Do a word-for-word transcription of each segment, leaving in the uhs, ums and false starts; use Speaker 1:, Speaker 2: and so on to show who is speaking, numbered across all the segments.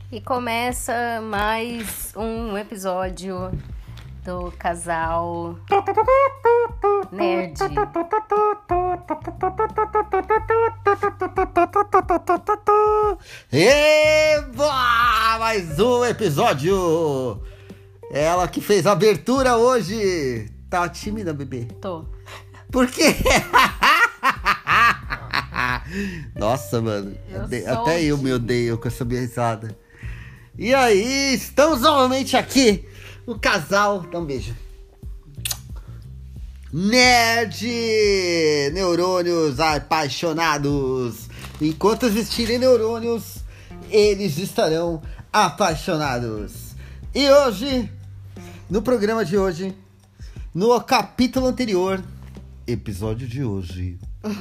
Speaker 1: E começa mais um episódio do casal nerd.
Speaker 2: Eba! Mais um episódio! Ela que fez a abertura hoje. Tá tímida, bebê?
Speaker 1: Tô.
Speaker 2: Por quê? Nossa, mano.
Speaker 1: Eu
Speaker 2: Ode-
Speaker 1: sou
Speaker 2: Até eu me odeio com essa minha risada. E aí, estamos novamente aqui. O casal. Dá um beijo. Nerd! Neurônios apaixonados. Enquanto existirem neurônios, eles estarão apaixonados. E hoje, no programa de hoje, no capítulo anterior, episódio de hoje,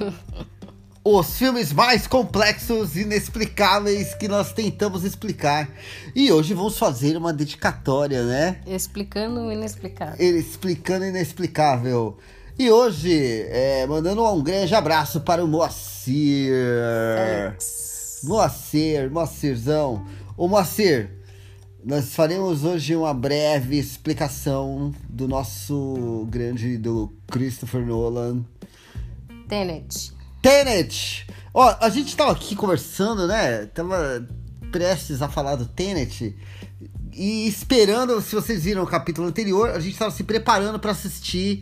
Speaker 2: os filmes mais complexos e inexplicáveis que nós tentamos explicar. E hoje vamos fazer uma dedicatória, né?
Speaker 1: Explicando o inexplicável.
Speaker 2: Ele explicando o inexplicável. E hoje, é, mandando um grande abraço para o Moacir.
Speaker 1: Alex.
Speaker 2: Moacir, Moacirzão. Ô Moacir, nós faremos hoje uma breve explicação do nosso grande ídolo Christopher Nolan.
Speaker 1: Tenet.
Speaker 2: Tenet! Ó, a gente tava aqui conversando, né? Tava prestes a falar do Tenet. E esperando, se vocês viram o capítulo anterior, a gente tava se preparando pra assistir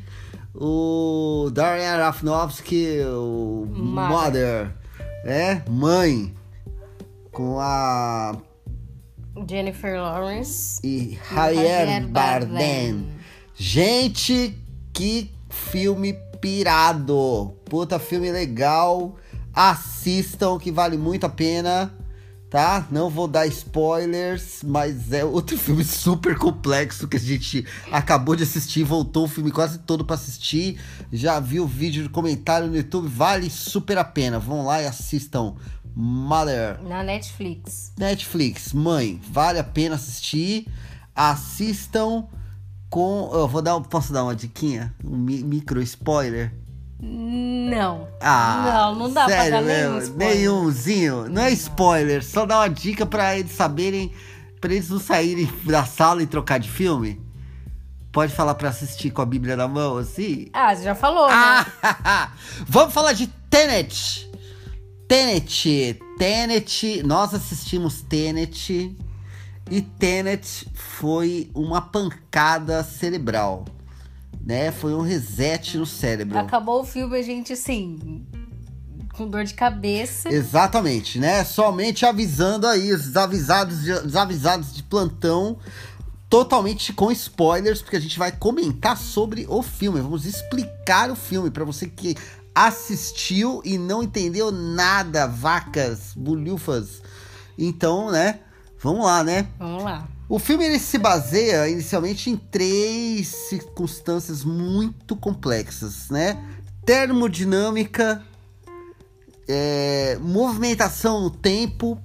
Speaker 2: o Darren Aronofsky, o
Speaker 1: Mother.
Speaker 2: Mother, né? Mãe. Com a...
Speaker 1: Jennifer Lawrence.
Speaker 2: e
Speaker 1: Javier
Speaker 2: Javier
Speaker 1: Bardem.
Speaker 2: Bardem. Gente, que filme pirado. Puta filme legal. Assistam, que vale muito a pena, tá? Não vou dar spoilers, mas é outro filme super complexo que a gente acabou de assistir, voltou o filme quase todo pra assistir. Já viu o vídeo de comentário no YouTube, vale super a pena. Vão lá e assistam. Mother.
Speaker 1: Na Netflix.
Speaker 2: Netflix, mãe, vale a pena assistir. Assistam com... Eu vou dar, posso dar uma diquinha? Um mi- micro spoiler?
Speaker 1: Não.
Speaker 2: Ah,
Speaker 1: não, não dá
Speaker 2: sério,
Speaker 1: pra dar nenhum
Speaker 2: meu?
Speaker 1: spoiler.
Speaker 2: Nenhumzinho. Não é spoiler, só dá uma dica pra eles saberem, pra eles não saírem da sala e trocar de filme. Pode falar pra assistir com a Bíblia na mão, assim?
Speaker 1: Ah, você já falou, né?
Speaker 2: Ah, vamos falar de Tenet. Tenet. Tenet. Nós assistimos Tenet. E Tenet foi uma pancada cerebral, né? Foi um reset no cérebro.
Speaker 1: Acabou o filme, a gente, assim, com dor de cabeça.
Speaker 2: Exatamente, né? Somente avisando aí os avisados de, os avisados de plantão, totalmente com spoilers, porque a gente vai comentar sobre o filme. Vamos explicar o filme para você que assistiu e não entendeu nada, vacas, bulhufas. Então, né? Vamos lá, né?
Speaker 1: Vamos lá.
Speaker 2: O filme ele se baseia inicialmente em três circunstâncias muito complexas, né? Termodinâmica, é, movimentação no tempo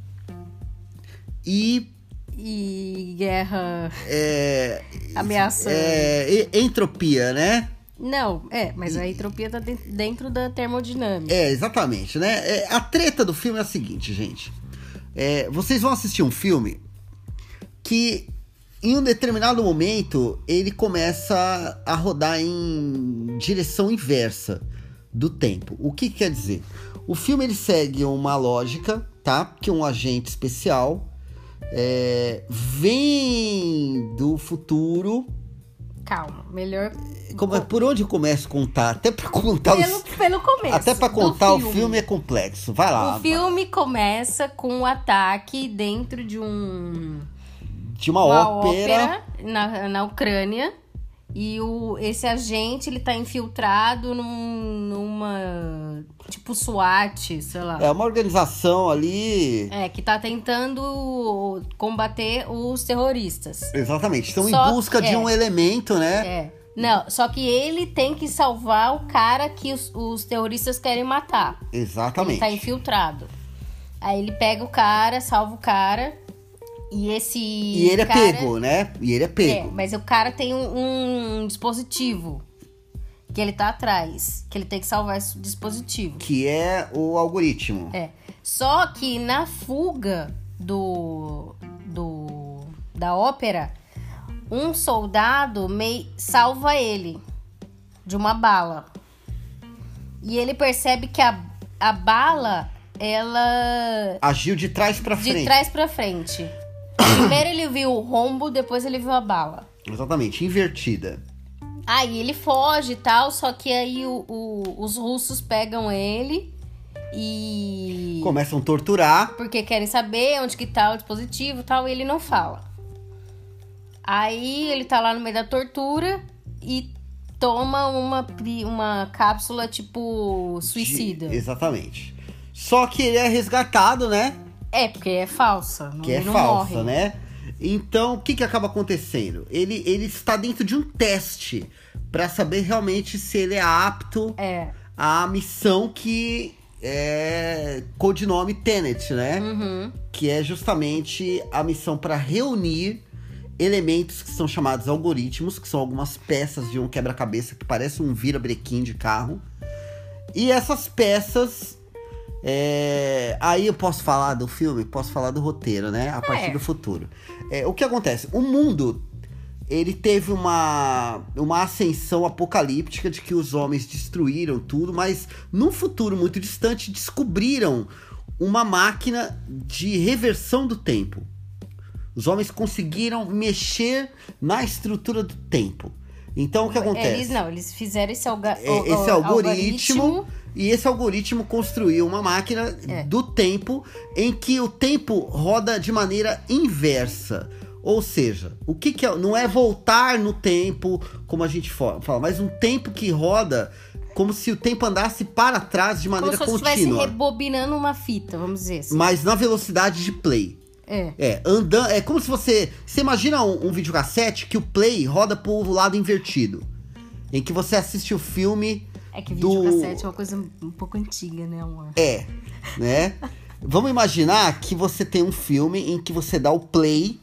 Speaker 2: e
Speaker 1: E guerra
Speaker 2: é,
Speaker 1: ameaçando.
Speaker 2: é, e- entropia, né?
Speaker 1: Não, é, mas a entropia tá de- dentro da termodinâmica.
Speaker 2: É, exatamente, né? É, a treta do filme é a seguinte, gente. É, vocês vão assistir um filme que, em um determinado momento, ele começa a rodar em direção inversa do tempo. O que quer dizer? O filme ele segue uma lógica, tá? Que um agente especial é, vem do futuro.
Speaker 1: Calma, melhor
Speaker 2: Como é, por onde eu começo a contar? Até pra contar
Speaker 1: pelo,
Speaker 2: os...
Speaker 1: pelo começo.
Speaker 2: Até pra
Speaker 1: do
Speaker 2: contar o filme é complexo. Vai lá.
Speaker 1: O filme começa com um ataque dentro de um
Speaker 2: De uma,
Speaker 1: uma
Speaker 2: ópera.
Speaker 1: ópera na, na Ucrânia. E o, esse agente, ele tá infiltrado num, numa... tipo SWAT, sei lá.
Speaker 2: É uma organização ali.
Speaker 1: É, que tá tentando combater os terroristas.
Speaker 2: Exatamente. Estão
Speaker 1: Só-
Speaker 2: em busca de
Speaker 1: é.
Speaker 2: um elemento, né?
Speaker 1: É. Não, só que ele tem que salvar o cara que os, os terroristas querem matar.
Speaker 2: Exatamente.
Speaker 1: Ele tá infiltrado. Aí ele pega o cara, salva o cara. E esse.
Speaker 2: E ele é
Speaker 1: cara...
Speaker 2: pego, né? E ele é
Speaker 1: É,
Speaker 2: pego.
Speaker 1: mas o cara tem um, um dispositivo que ele tá atrás. Que ele tem que salvar esse dispositivo.
Speaker 2: Que é o algoritmo.
Speaker 1: É. Só que na fuga do, da ópera, um soldado meio salva ele de uma bala. E ele percebe que a, a bala, ela...
Speaker 2: agiu de trás pra frente.
Speaker 1: De trás pra frente. Primeiro ele viu o rombo, depois ele viu a bala.
Speaker 2: Exatamente, invertida.
Speaker 1: Aí ele foge e tal, só que aí o, o, os russos pegam ele e...
Speaker 2: começam a torturar.
Speaker 1: Porque querem saber onde que tá o dispositivo e tal, e ele não fala. Aí ele tá lá no meio da tortura e toma uma, uma cápsula tipo suicida.
Speaker 2: De... exatamente. Só que ele é resgatado, né?
Speaker 1: É, porque é falsa.
Speaker 2: Que é
Speaker 1: não
Speaker 2: falsa,
Speaker 1: morre.
Speaker 2: né? Então, o que que acaba acontecendo? Ele, ele está dentro de um teste pra saber realmente se ele é apto
Speaker 1: É.
Speaker 2: à missão que é codinome Tenet, né?
Speaker 1: Uhum.
Speaker 2: Que é justamente a missão para reunir elementos que são chamados algoritmos, que são algumas peças de um quebra-cabeça que parece um vira-brequim de carro. E essas peças... É... aí eu posso falar do filme, posso falar do roteiro, né? A partir
Speaker 1: É.
Speaker 2: do futuro. É, o que acontece? O mundo, ele teve uma, uma ascensão apocalíptica de que os homens destruíram tudo, mas num futuro muito distante descobriram uma máquina de reversão do tempo. Os homens conseguiram mexer na estrutura do tempo. Então, o que acontece?
Speaker 1: Eles não, eles fizeram esse, alga-
Speaker 2: É, esse
Speaker 1: o-
Speaker 2: algoritmo,
Speaker 1: algoritmo.
Speaker 2: e esse algoritmo construiu uma máquina
Speaker 1: É.
Speaker 2: do tempo em que o tempo roda de maneira inversa. Ou seja, o que, que é? Não é voltar no tempo, como a gente fo- fala, mas um tempo que roda como se o tempo andasse para trás de
Speaker 1: Como
Speaker 2: maneira
Speaker 1: se você estivesse
Speaker 2: contínua.
Speaker 1: rebobinando uma fita, vamos dizer assim.
Speaker 2: Mas na velocidade de play.
Speaker 1: É.
Speaker 2: É, andando, é como se você... Você imagina um, um videocassete que o play roda pro lado invertido. Em que você assiste o filme...
Speaker 1: É que
Speaker 2: do...
Speaker 1: videocassete é uma coisa um pouco antiga, né, amor?
Speaker 2: É, né? Vamos imaginar que você tem um filme em que você dá o play,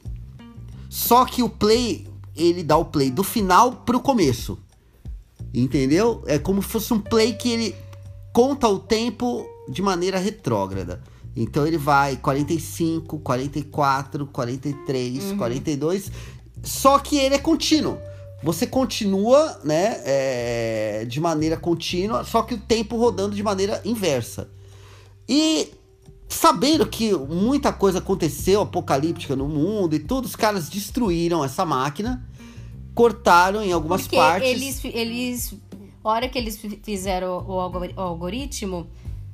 Speaker 2: só que o play, ele dá o play do final pro começo. Entendeu? É como se fosse um play que ele conta o tempo de maneira retrógrada. Então ele vai quarenta e cinco, quarenta e quatro, quarenta e três,
Speaker 1: Uhum.
Speaker 2: quarenta e dois, só que ele é contínuo. Você continua, né, é, de maneira contínua, só que o tempo rodando de maneira inversa. E sabendo que muita coisa aconteceu apocalíptica no mundo e tudo, os caras destruíram essa máquina, cortaram em algumas
Speaker 1: Porque
Speaker 2: partes.
Speaker 1: eles, eles, a hora que eles fizeram o algori- o algoritmo,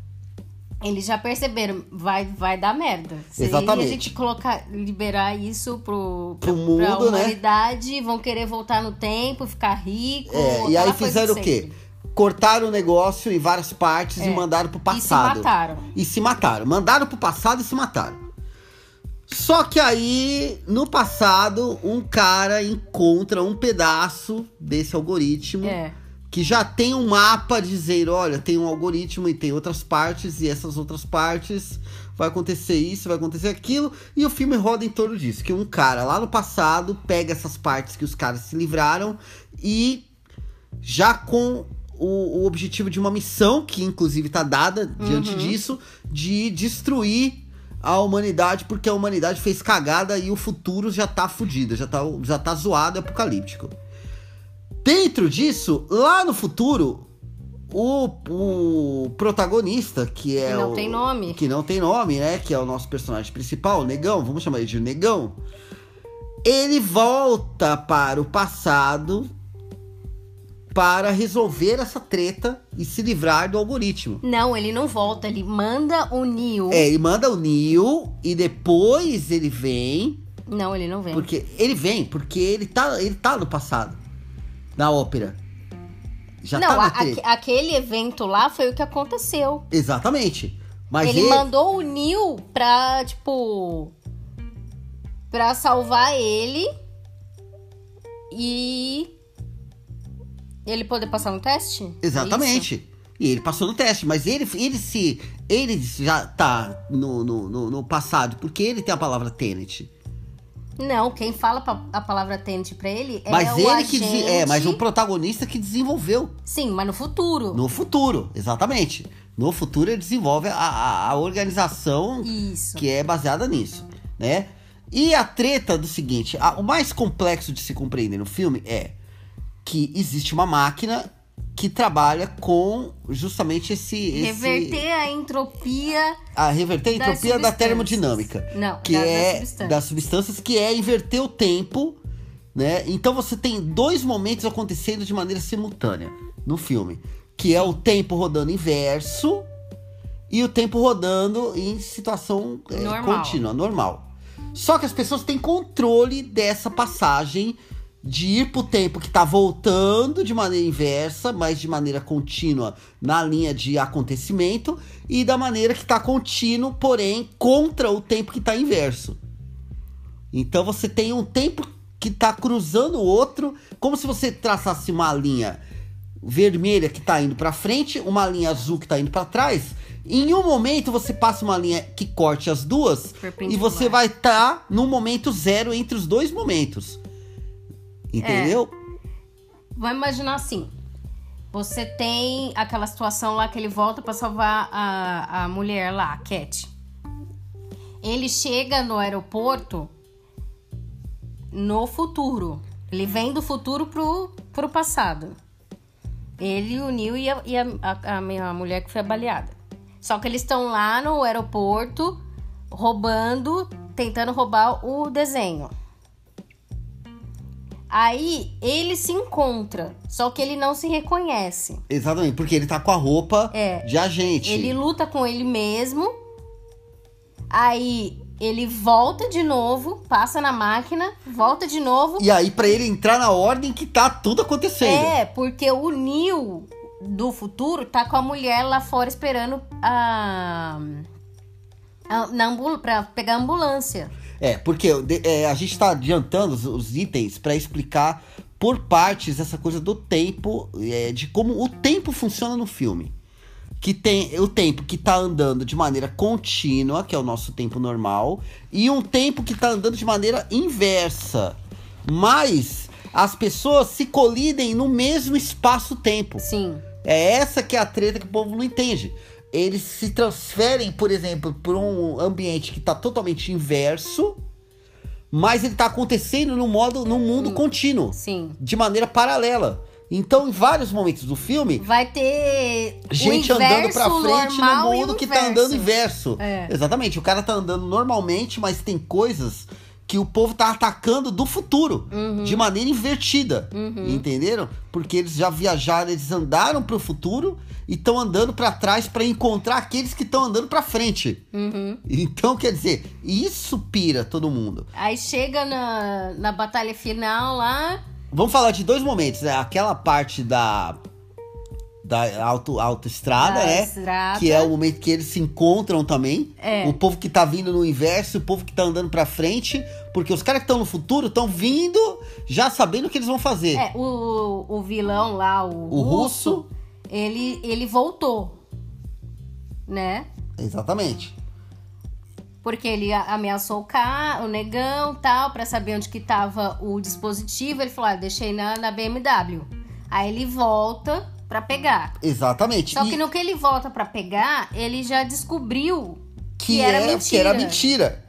Speaker 1: eles já perceberam, vai, vai dar merda. Se
Speaker 2: Exatamente.
Speaker 1: a gente colocar, liberar isso pro,
Speaker 2: Pro
Speaker 1: pra,
Speaker 2: mundo,
Speaker 1: pra
Speaker 2: né?
Speaker 1: humanidade, vão querer voltar no tempo, ficar rico.
Speaker 2: É, e
Speaker 1: aquela
Speaker 2: aí
Speaker 1: coisa
Speaker 2: fizeram
Speaker 1: de
Speaker 2: o quê?
Speaker 1: sempre.
Speaker 2: Cortaram o negócio em várias partes e
Speaker 1: É.
Speaker 2: mandaram pro
Speaker 1: E se
Speaker 2: passado.
Speaker 1: mataram.
Speaker 2: E se mataram. Mandaram pro passado e se mataram. Só que aí, no passado, um cara encontra um pedaço desse algoritmo
Speaker 1: É.
Speaker 2: que já tem um mapa dizendo, olha, tem um algoritmo e tem outras partes, e essas outras partes vai acontecer isso, vai acontecer aquilo, e o filme roda em torno disso, que um cara lá no passado pega essas partes que os caras se livraram e já com o, o objetivo de uma missão, que inclusive tá dada diante disso, de destruir a humanidade, porque a humanidade fez cagada e o futuro já tá fudido, já tá, já tá zoado e apocalíptico. Dentro disso, lá no futuro, o, o protagonista, que é
Speaker 1: Que não
Speaker 2: o,
Speaker 1: tem nome.
Speaker 2: Que não tem nome, né? Que é o nosso personagem principal, o Negão, vamos chamar ele de Negão. Ele volta para o passado para resolver essa treta e se livrar do algoritmo.
Speaker 1: Não, ele não volta, ele manda o Neo.
Speaker 2: É, ele manda o Neo e depois ele vem.
Speaker 1: Não, ele não vem.
Speaker 2: Porque ele vem, porque ele tá, ele tá no passado. Na ópera. Já
Speaker 1: não,
Speaker 2: tá na
Speaker 1: a-
Speaker 2: treta.
Speaker 1: aque- aquele evento lá foi o que aconteceu.
Speaker 2: Exatamente. Mas
Speaker 1: ele,
Speaker 2: ele,
Speaker 1: mandou o Neo pra, tipo... Pra salvar ele. E... Ele poder passar no teste? É
Speaker 2: Exatamente. E ele passou no teste, mas ele, ele se. Ele já tá no, no, no, no passado, porque ele tem a palavra Tenet.
Speaker 1: isso? Não, quem fala pa- a palavra Tenet pra ele é
Speaker 2: Mas
Speaker 1: o
Speaker 2: ele
Speaker 1: agente...
Speaker 2: que. dese- É, mas o protagonista que desenvolveu.
Speaker 1: Sim, mas no futuro.
Speaker 2: No futuro, exatamente. No futuro ele desenvolve a, a, a organização
Speaker 1: Isso.
Speaker 2: que é baseada nisso, né? E a treta do seguinte, a, o mais complexo de se compreender no filme é que existe uma máquina que trabalha com justamente esse... esse
Speaker 1: Reverter a entropia...
Speaker 2: A reverter a entropia da termodinâmica.
Speaker 1: Não,
Speaker 2: que
Speaker 1: da,
Speaker 2: é
Speaker 1: das substâncias.
Speaker 2: das substâncias, que é inverter o tempo, né? Então você tem dois momentos acontecendo de maneira simultânea no filme. Que é o tempo rodando inverso e o tempo rodando em situação é,
Speaker 1: Normal.
Speaker 2: contínua, normal. Só que as pessoas têm controle dessa passagem de ir pro tempo que tá voltando de maneira inversa, mas de maneira contínua na linha de acontecimento, e da maneira que tá contínuo, porém contra o tempo que tá inverso. Então você tem um tempo que tá cruzando o outro, como se você traçasse uma linha vermelha que tá indo pra frente, uma linha azul que tá indo pra trás. Em um momento você passa uma linha que corte as duas e você vai estar tá no momento zero entre os dois momentos. Entendeu?
Speaker 1: É. Vamos imaginar assim. Você tem aquela situação lá que ele volta pra salvar a, a mulher lá, a Cat. Ele chega no aeroporto no futuro. Ele vem do futuro pro, pro passado. Ele, o Neo e, a, e a, a, a mulher que foi baleada. Só que eles estão lá no aeroporto roubando, tentando roubar o desenho. Aí ele se encontra, só que ele não se reconhece.
Speaker 2: Exatamente, porque ele tá com a roupa
Speaker 1: É.
Speaker 2: de agente.
Speaker 1: Ele luta com ele mesmo. Aí ele volta de novo, passa na máquina, volta de novo.
Speaker 2: E aí pra ele entrar na ordem que tá tudo acontecendo.
Speaker 1: É, porque o Neo do futuro tá com a mulher lá fora esperando a, a na ambul, pra pegar a ambulância.
Speaker 2: É, porque é, a gente tá adiantando os, os itens pra explicar por partes essa coisa do tempo, é, de como o tempo funciona no filme. Que tem o tempo que tá andando de maneira contínua, que é o nosso tempo normal, e um tempo que tá andando de maneira inversa. Mas as pessoas se colidem no mesmo espaço-tempo.
Speaker 1: Sim.
Speaker 2: É essa que é a treta que o povo não entende. Eles se transferem, por exemplo, para um ambiente que tá totalmente inverso, mas ele tá acontecendo no modo, no mundo
Speaker 1: Sim.
Speaker 2: contínuo.
Speaker 1: Sim.
Speaker 2: De maneira paralela. Então, em vários momentos do filme,
Speaker 1: vai ter
Speaker 2: gente
Speaker 1: o
Speaker 2: andando pra frente no mundo que tá andando inverso.
Speaker 1: É.
Speaker 2: Exatamente, o cara tá andando normalmente, mas tem coisas que o povo tá atacando do futuro,
Speaker 1: Uhum.
Speaker 2: de maneira invertida.
Speaker 1: Uhum.
Speaker 2: Entenderam? Porque eles já viajaram, eles andaram pro futuro e estão andando pra trás pra encontrar aqueles que estão andando pra frente.
Speaker 1: Uhum.
Speaker 2: Então, quer dizer, isso pira todo mundo.
Speaker 1: Aí chega na, na batalha final lá.
Speaker 2: Vamos falar de dois momentos, né? Aquela parte da da auto, autoestrada,
Speaker 1: Da
Speaker 2: né?
Speaker 1: estrada.
Speaker 2: Que é o momento que eles se encontram também.
Speaker 1: É.
Speaker 2: O povo que tá vindo no inverso, o povo que tá andando pra frente. Porque os caras que estão no futuro estão vindo já sabendo o que eles vão fazer.
Speaker 1: É, o, o vilão lá, o,
Speaker 2: O
Speaker 1: russo,
Speaker 2: russo.
Speaker 1: ele, ele voltou, né?
Speaker 2: Exatamente.
Speaker 1: Porque ele a- ameaçou o cara, o negão, tal, pra saber onde que tava o dispositivo. Ele falou, ah, deixei na, na B M W. Aí ele volta pra pegar.
Speaker 2: Exatamente.
Speaker 1: Só
Speaker 2: E
Speaker 1: que no que ele volta pra pegar, ele já descobriu
Speaker 2: que,
Speaker 1: que era
Speaker 2: é-
Speaker 1: mentira.
Speaker 2: que era mentira.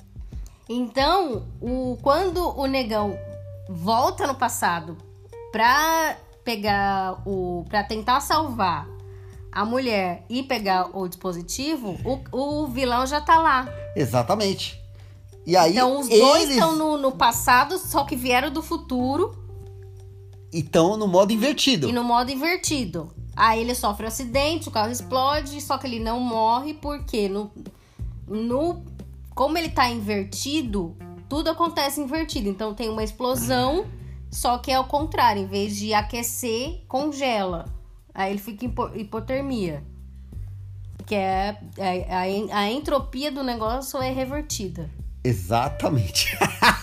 Speaker 1: Então, o, quando o negão volta no passado pra pegar o. Pra tentar salvar a mulher e pegar o dispositivo, o, o vilão já tá lá.
Speaker 2: Exatamente. E aí,
Speaker 1: Então, os dois
Speaker 2: eles
Speaker 1: estão no, no passado, só que vieram do futuro
Speaker 2: estão no modo invertido.
Speaker 1: e no modo invertido. Aí ele sofre um acidente, o carro explode, só que ele não morre porque no, no como ele tá invertido, tudo acontece invertido. Então tem uma explosão, só que é ao contrário, em vez de aquecer, congela. Aí ele fica em hipo- hipotermia. Que é a, a, en- a entropia do negócio é revertida.
Speaker 2: Exatamente.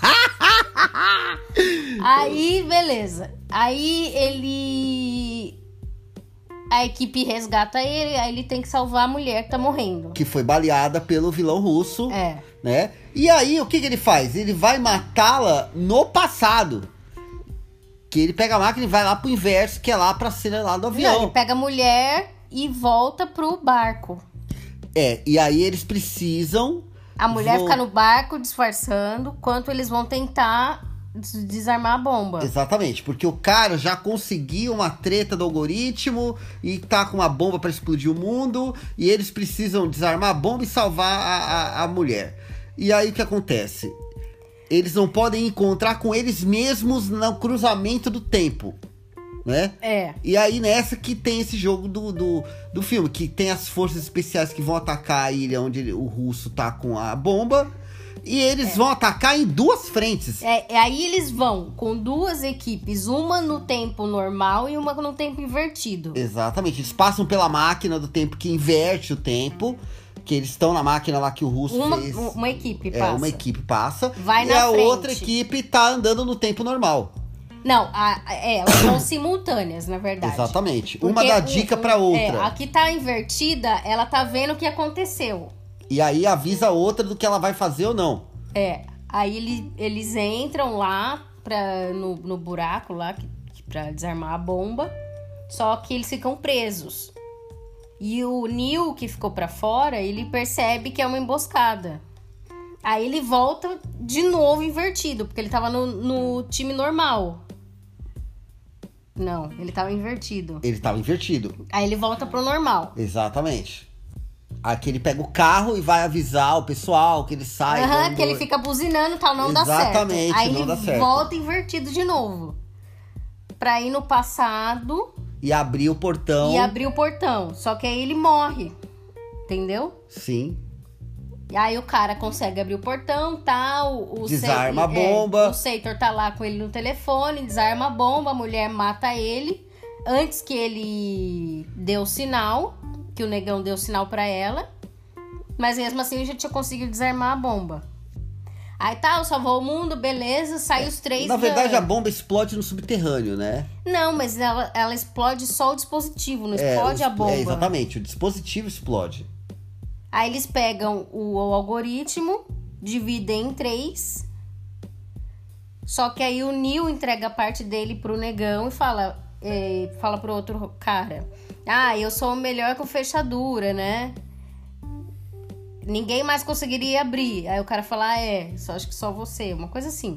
Speaker 1: Aí, beleza. Aí ele. A equipe resgata ele, aí ele tem que salvar a mulher que tá morrendo.
Speaker 2: Que foi baleada pelo vilão russo,
Speaker 1: É.
Speaker 2: né? E aí, o que, que ele faz? Ele vai matá-la no passado. Que ele pega a máquina e vai lá pro inverso, que é lá pra cena lá do
Speaker 1: Não,
Speaker 2: avião.
Speaker 1: ele pega a mulher e volta pro barco.
Speaker 2: É, e aí eles precisam
Speaker 1: A mulher
Speaker 2: vou...
Speaker 1: fica no barco disfarçando, enquanto eles vão tentar desarmar a bomba.
Speaker 2: Exatamente, porque o cara já conseguiu uma treta do algoritmo e tá com uma bomba pra explodir o mundo, e eles precisam desarmar a bomba e salvar a, a, a mulher. E aí o que acontece? Eles não podem encontrar com eles mesmos no cruzamento do tempo, né?
Speaker 1: É.
Speaker 2: E aí nessa que tem esse jogo do, do, do filme, que tem as forças especiais que vão atacar a ilha onde ele, o russo tá com a bomba. E eles é. vão atacar em duas frentes.
Speaker 1: É, aí eles vão com duas equipes, uma no tempo normal e uma no tempo invertido.
Speaker 2: Exatamente. Eles passam pela máquina do tempo que inverte o tempo. Que eles estão na máquina lá que o russo
Speaker 1: uma,
Speaker 2: fez.
Speaker 1: Uma equipe
Speaker 2: é,
Speaker 1: passa.
Speaker 2: Uma equipe passa.
Speaker 1: Vai
Speaker 2: e
Speaker 1: na
Speaker 2: a
Speaker 1: frente.
Speaker 2: outra equipe tá andando no tempo normal.
Speaker 1: Não, a, é, elas são simultâneas, na verdade.
Speaker 2: Exatamente.
Speaker 1: Porque
Speaker 2: uma dá dica
Speaker 1: um,
Speaker 2: pra outra.
Speaker 1: É, a que tá invertida, ela tá vendo o que aconteceu.
Speaker 2: E aí avisa a outra do que ela vai fazer ou não.
Speaker 1: É. Aí ele, eles entram lá pra, no, no buraco lá que, que, pra desarmar a bomba. Só que eles ficam presos. E o Neil, que ficou pra fora, ele percebe que é uma emboscada. Aí ele volta de novo invertido, porque ele tava no, no time normal. Não, ele tava invertido.
Speaker 2: Ele tava invertido.
Speaker 1: Aí ele volta pro normal.
Speaker 2: Exatamente. Aqui ele pega o carro e vai avisar o pessoal que ele sai.
Speaker 1: Aham, uhum, que ele fica buzinando e tal, não dá certo.
Speaker 2: Exatamente,
Speaker 1: Aí
Speaker 2: não
Speaker 1: ele
Speaker 2: dá certo.
Speaker 1: volta invertido de novo. Pra ir no passado.
Speaker 2: E abrir o portão.
Speaker 1: E abrir o portão. Só que aí ele morre. Entendeu?
Speaker 2: Sim.
Speaker 1: E aí o cara consegue abrir o portão, tal. Tá, o
Speaker 2: desarma
Speaker 1: Seitor,
Speaker 2: a bomba.
Speaker 1: É, o Seitor tá lá com ele no telefone, desarma a bomba, a mulher mata ele. Antes que ele dê o sinal. Que o negão deu sinal pra ela. Mas mesmo assim, a gente já conseguiu desarmar a bomba. Aí tá, salvou o mundo, beleza, sai é, os três...
Speaker 2: Na verdade, da... a bomba explode no subterrâneo, né?
Speaker 1: Não, mas ela, ela explode só o dispositivo, não
Speaker 2: é,
Speaker 1: explode
Speaker 2: os,
Speaker 1: a bomba.
Speaker 2: É, exatamente, o dispositivo explode.
Speaker 1: Aí eles pegam o, o algoritmo, dividem em três. Só que aí o Neil entrega a parte dele pro negão e fala, é, fala pro outro cara... Ah, eu sou melhor com fechadura, né? Ninguém mais conseguiria abrir. Aí o cara fala, ah, é, só, acho que só você. Uma coisa assim.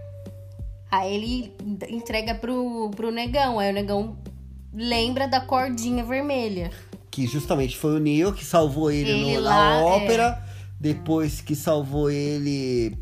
Speaker 1: Aí ele entrega pro, pro negão. Aí o negão lembra da cordinha vermelha.
Speaker 2: Que justamente foi o Neil que salvou ele,
Speaker 1: ele
Speaker 2: no,
Speaker 1: lá,
Speaker 2: na ópera.
Speaker 1: É...
Speaker 2: Depois que salvou ele...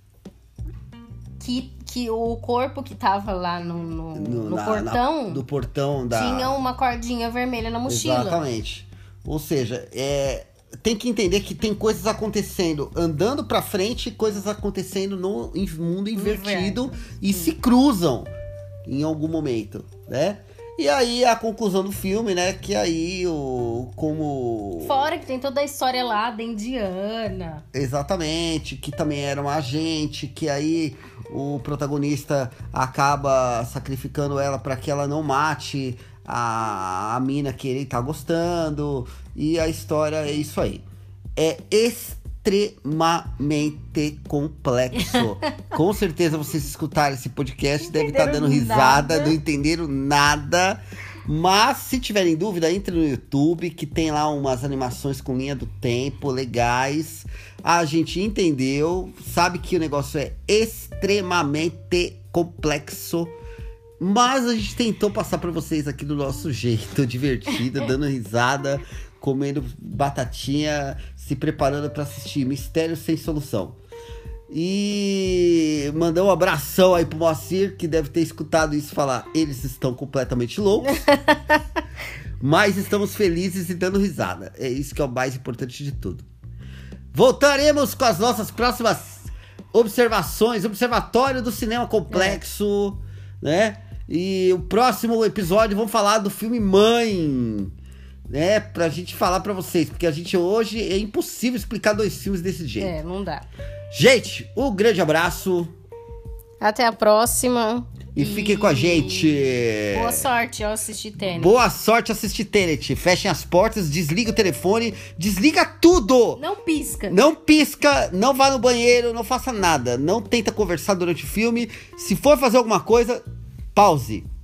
Speaker 1: Que... Que o corpo que tava lá no, no,
Speaker 2: no,
Speaker 1: no
Speaker 2: na,
Speaker 1: portão...
Speaker 2: Na, do portão da...
Speaker 1: Tinha uma cordinha vermelha na mochila.
Speaker 2: Exatamente. Ou seja, é, tem que entender que tem coisas acontecendo andando pra frente e coisas acontecendo no mundo invertido. Inverno. E Sim. se cruzam em algum momento, né? E aí a conclusão do filme, né? Que aí o... como...
Speaker 1: Fora que tem toda a história lá da Indiana.
Speaker 2: Exatamente. Que também era um agente. Que aí o protagonista acaba sacrificando ela para que ela não mate a, a mina que ele tá gostando. E a história é isso aí. É extremamente complexo. Com certeza vocês escutaram esse podcast, devem estar dando risada, nada. Não entenderam nada. Mas se tiverem dúvida, entre no YouTube, que tem lá umas animações com linha do tempo legais. A gente entendeu, sabe que o negócio é extremamente complexo. Mas a gente tentou passar para vocês aqui do nosso jeito, divertido, dando risada, comendo batatinha, se preparando para assistir Mistério Sem Solução. E mandar um abração aí pro Moacir, que deve ter escutado isso falar. Eles estão completamente loucos. Mas estamos felizes e dando risada. É isso que é o mais importante de tudo. Voltaremos com as nossas próximas observações. Observatório do Cinema Complexo, é. né? E o próximo episódio vamos falar do filme Mãe, né? Pra gente falar pra vocês, porque a gente hoje é impossível explicar dois filmes desse jeito.
Speaker 1: É, não dá.
Speaker 2: Gente, um grande abraço.
Speaker 1: Até a próxima.
Speaker 2: E, e... fiquem com a gente.
Speaker 1: Boa sorte ao assistir Tenet.
Speaker 2: Boa sorte ao assistir Tenet. Fechem as portas, desliga o telefone, desliga tudo.
Speaker 1: Não pisca.
Speaker 2: Não pisca, não vá no banheiro, não faça nada. Não tenta conversar durante o filme. Se for fazer alguma coisa, pause.